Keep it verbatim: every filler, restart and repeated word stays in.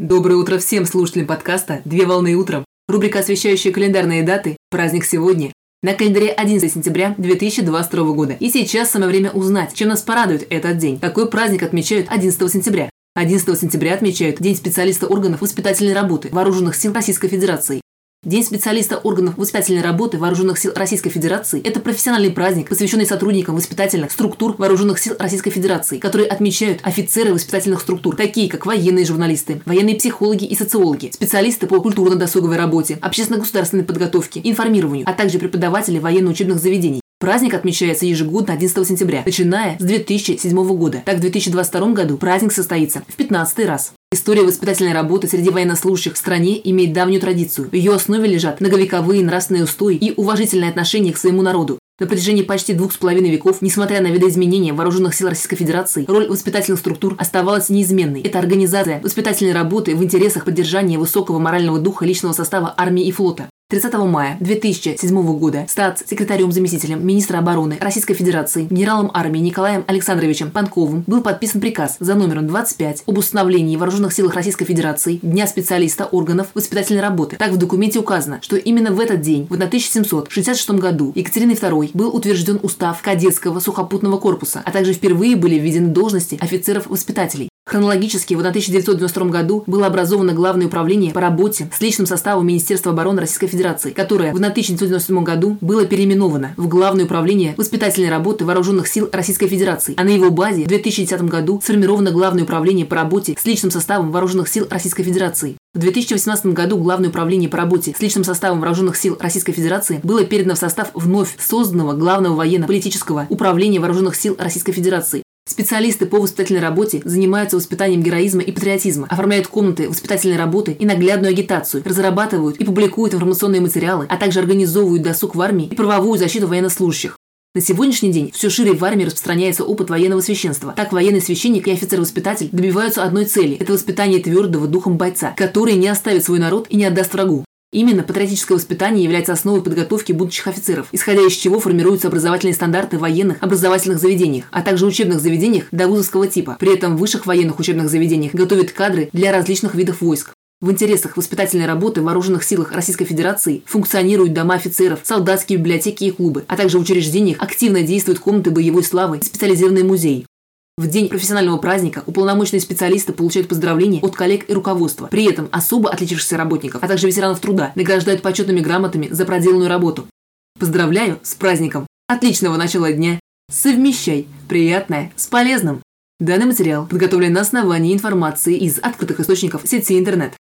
Доброе утро всем слушателям подкаста «Две волны утром». Рубрика, освещающая календарные даты, праздник сегодня. На календаре одиннадцатое сентября две тысячи двадцать второго года. И сейчас самое время узнать, чем нас порадует этот день. Какой праздник отмечают одиннадцатого сентября? одиннадцатого сентября отмечают День специалиста органов воспитательной работы Вооруженных сил Российской Федерации. День специалиста органов воспитательной работы Вооруженных сил Российской Федерации – это профессиональный праздник, посвященный сотрудникам воспитательных структур Вооруженных сил Российской Федерации, которые отмечают офицеры воспитательных структур, такие как военные журналисты, военные психологи и социологи, специалисты по культурно-досуговой работе, общественно-государственной подготовке, информированию, а также преподаватели военно-учебных заведений. Праздник отмечается ежегодно одиннадцатого сентября, начиная с две тысячи седьмого года. Так, в две тысячи двадцать втором году праздник состоится в пятнадцатый раз. История воспитательной работы среди военнослужащих в стране имеет давнюю традицию. В ее основе лежат многовековые нравственные устои и уважительное отношение к своему народу. На протяжении почти двух с половиной веков, несмотря на видоизменения вооруженных сил Российской Федерации, роль воспитательных структур оставалась неизменной. Это организация воспитательной работы в интересах поддержания высокого морального духа личного состава армии и флота. тридцатого мая две тысячи седьмого года статс-секретарем-заместителем министра обороны Российской Федерации генералом армии Николаем Александровичем Панковым был подписан приказ за номером двадцать пять об установлении в Вооруженных силах Российской Федерации Дня специалиста органов воспитательной работы. Так, в документе указано, что именно в этот день, в тысяча семьсот шестьдесят шестом году, Екатериной второй был утвержден устав кадетского сухопутного корпуса, а также впервые были введены должности офицеров-воспитателей. Хронологически в тысяча девятьсот девяносто втором году было образовано Главное управление по работе с личным составом Министерства обороны Российской Федерации, которое в тысяча девятьсот девяносто седьмом году было переименовано в Главное управление воспитательной работы Вооруженных сил Российской Федерации, а на его базе в две тысячи десятом году сформировано Главное управление по работе с личным составом Вооруженных сил Российской Федерации. В две тысячи восемнадцатом году Главное управление по работе с личным составом Вооруженных сил Российской Федерации было передано в состав вновь созданного Главного военно-политического управления Вооруженных сил Российской Федерации. Специалисты по воспитательной работе занимаются воспитанием героизма и патриотизма, оформляют комнаты воспитательной работы и наглядную агитацию, разрабатывают и публикуют информационные материалы, а также организовывают досуг в армии и правовую защиту военнослужащих. На сегодняшний день все шире в армии распространяется опыт военного священства. Так, военный священник и офицер-воспитатель добиваются одной цели – это воспитание твердого духом бойца, который не оставит свой народ и не отдаст врагу. Именно патриотическое воспитание является основой подготовки будущих офицеров, исходя из чего формируются образовательные стандарты в военных образовательных заведениях, а также учебных заведениях довузовского типа. При этом в высших военных учебных заведениях готовят кадры для различных видов войск. В интересах воспитательной работы в Вооруженных силах Российской Федерации функционируют дома офицеров, солдатские библиотеки и клубы, а также в учреждениях активно действуют комнаты боевой славы и специализированные музеи. В день профессионального праздника уполномоченные специалисты получают поздравления от коллег и руководства. При этом особо отличившихся работников, а также ветеранов труда награждают почетными грамотами за проделанную работу. Поздравляю с праздником! Отличного начала дня! Совмещай приятное с полезным! Данный материал подготовлен на основании информации из открытых источников сети интернет.